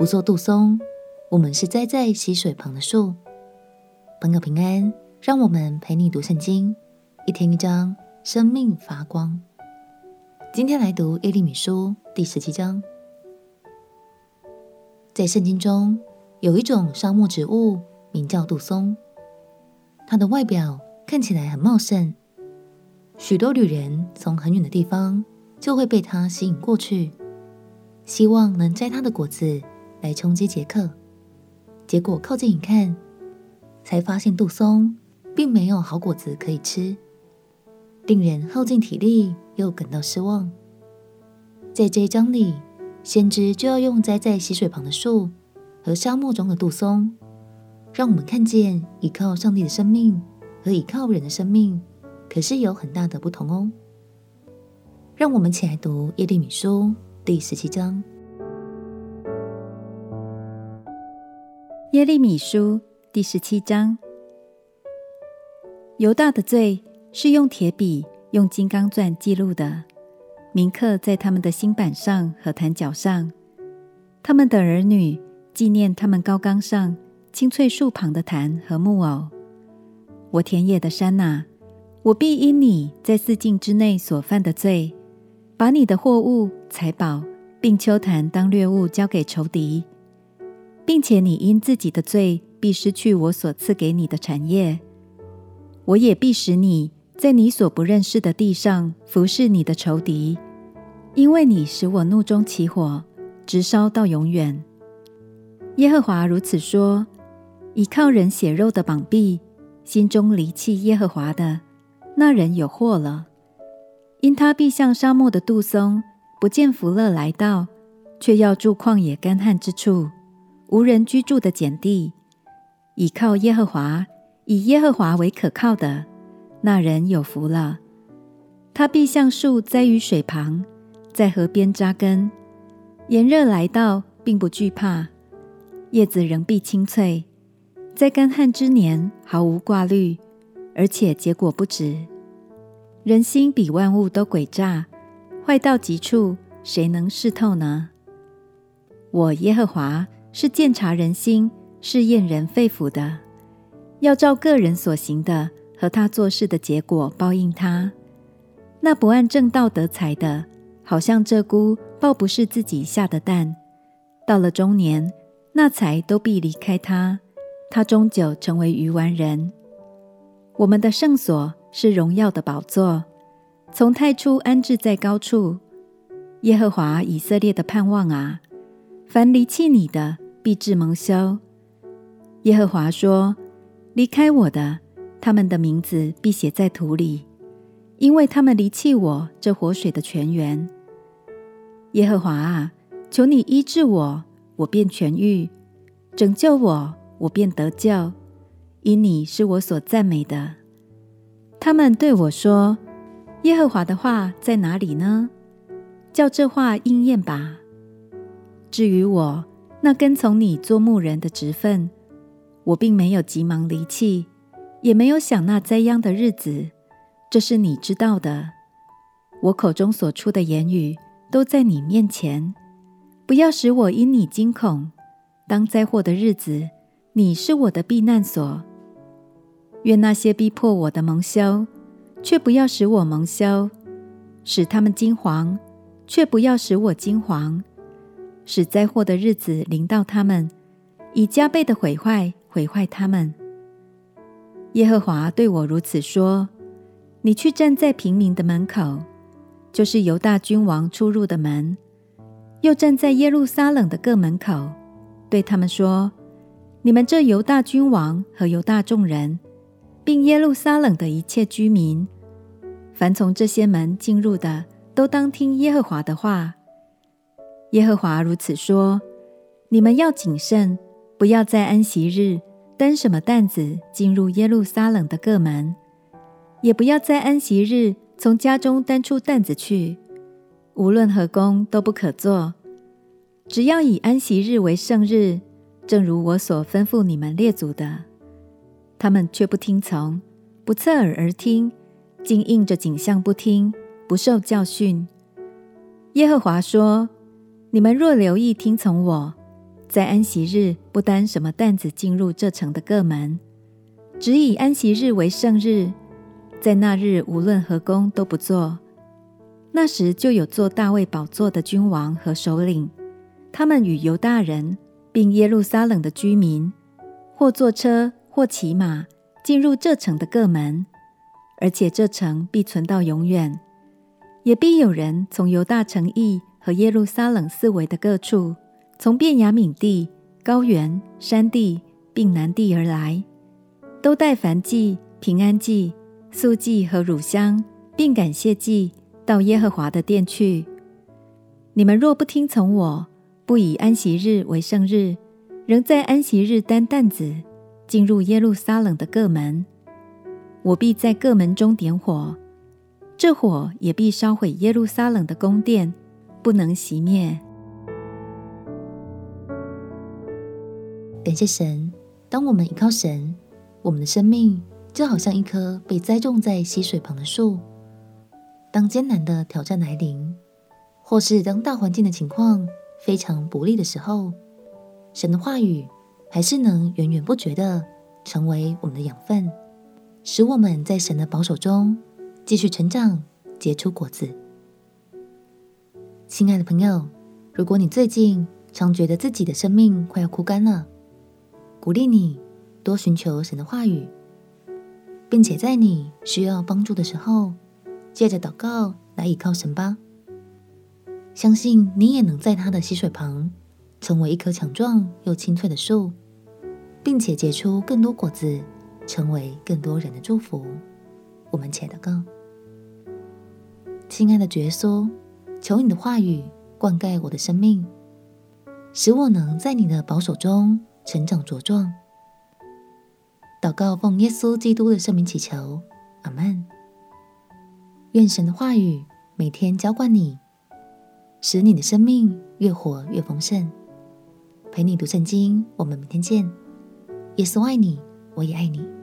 不做杜松，我们是栽在溪水旁的树。朋友平安，让我们陪你读圣经，一天一章，生命发光。今天来读耶利米书第17章。在圣经中有一种沙漠植物，名叫杜松，它的外表看起来很茂盛，许多旅人从很远的地方就会被它吸引过去，希望能摘它的果子来充饥解渴。结果靠近一看，才发现杜松并没有好果子可以吃，令人耗尽体力又感到失望。在这一章里，先知就要用栽在溪水旁的树和沙漠中的杜松，让我们看见依靠上帝的生命和依靠人的生命可是有很大的不同哦。让我们一起来读耶利米书第17章。 耶利米书第17章。犹大的罪是用铁笔、用金刚钻记录的，铭刻在他们的心板上和坛角上。他们的儿女纪念他们高冈上青翠树旁的坛和木偶。我田野的山哪，我必因你在四境之内所犯的罪，把你的货物、财宝并丘坛当掠物交给仇敌，并且你因自己的罪必失去我所赐给你的产业。我也必使你在你所不认识的地上服侍你的仇敌，因为你使我怒中起火，直烧到永远。耶和华如此说：倚靠人血肉的膀臂，心中离弃耶和华的，那人有祸了。因他必像沙漠的杜松，不见福乐来到，却要住旷野干旱之处，无人居住的碱地。倚靠耶和华，以耶和华为可靠的，那人有福了。他必像树栽于水旁，在河边扎根，炎热来到，并不惧怕，叶子仍必青翠，在干旱之年毫无挂虑，而且结果不止。人心比万物都诡诈，坏到极处，谁能识透呢？我耶和华是鉴察人心、试验人肺腑的，要照个人所行的和他做事的结果报应他。那不按正道得财的，好像鹧鸪抱不是自己下的蛋，到了中年，那财都必离开他，他终究成为愚顽人。我们的圣所是荣耀的宝座，从太初安置在高处。耶和华以色列的盼望啊，凡离弃你的，必致蒙羞。耶和华说：离开我的，他们的名字必写在土里，因为他们离弃我这活水的泉源。耶和华啊，求你医治我，我便痊愈；拯救我，我便得救，因你是我所赞美的。他们对我说：耶和华的话在哪里呢？叫这话应验吧。至于我，那跟从你做牧人的职分，我并没有急忙离弃，也没有想那灾殃的日子，这是你知道的。我口中所出的言语都在你面前，不要使我因你惊恐。当灾祸的日子，你是我的避难所。愿那些逼迫我的蒙羞，却不要使我蒙羞；使他们惊惶，却不要使我惊惶。使灾祸的日子临到他们，以加倍的毁坏他们。耶和华对我如此说：你去站在平民的门口，就是犹大君王出入的门，又站在耶路撒冷的各门口，对他们说：你们这犹大君王和犹大众人，并耶路撒冷的一切居民，凡从这些门进入的，都当听耶和华的话。耶和华如此说：你们要谨慎，不要在安息日担什么担子进入耶路撒冷的各门，也不要在安息日从家中担出担子去，无论何工都不可做，只要以安息日为圣日，正如我所吩咐你们列祖的。他们却不听从，不侧耳而听，竟应着景象不听，不受教训。耶和华说：你们若留意听从我， 在安息日不担什么担子进入这城的各门，只以安息日为圣日，在那日无论何工都不做。那时就有坐大卫宝座的君王和首领，他们与犹大人并耶路撒冷的居民，或坐车或骑马，进入这城的各门，而且这城必存到永远。也必有人从犹大城邑和耶路撒冷四围的各处，从便雅悯地、高原、山地并南地而来，都带燔祭、平安祭、素祭和乳香，并感谢祭，到耶和华的殿去。你们若不听从我，不以安息日为圣日，仍在安息日担担子，进入耶路撒冷的各门，我必在各门中点火，这火也必烧毁耶路撒冷的宫殿，不能熄灭。 感谢神，当我们依靠神，我们的生命就好像一棵被栽种在溪水旁的树。当艰难的挑战来临，或是当大环境的情况非常不利的时候，神的话语还是能源源不绝的成为我们的养分，使我们在神的保守中继续成长，结出果子。亲爱的朋友，如果你最近常觉得自己的生命快要枯干了，鼓励你多寻求神的话语，并且在你需要帮助的时候，借着祷告来依靠神吧。相信你也能在他的溪水旁，成为一棵强壮又青翠的树，并且结出更多果子，成为更多人的祝福。我们且祷告。亲爱的主耶稣，求你的话语灌溉我的生命，使我能在你的保守中成长茁壮。祷告奉耶稣基督的圣名祈求，阿们。愿神的话语每天浇灌你，使你的生命越活越丰盛。陪你读圣经，我们明天见。耶稣爱你，我也爱你。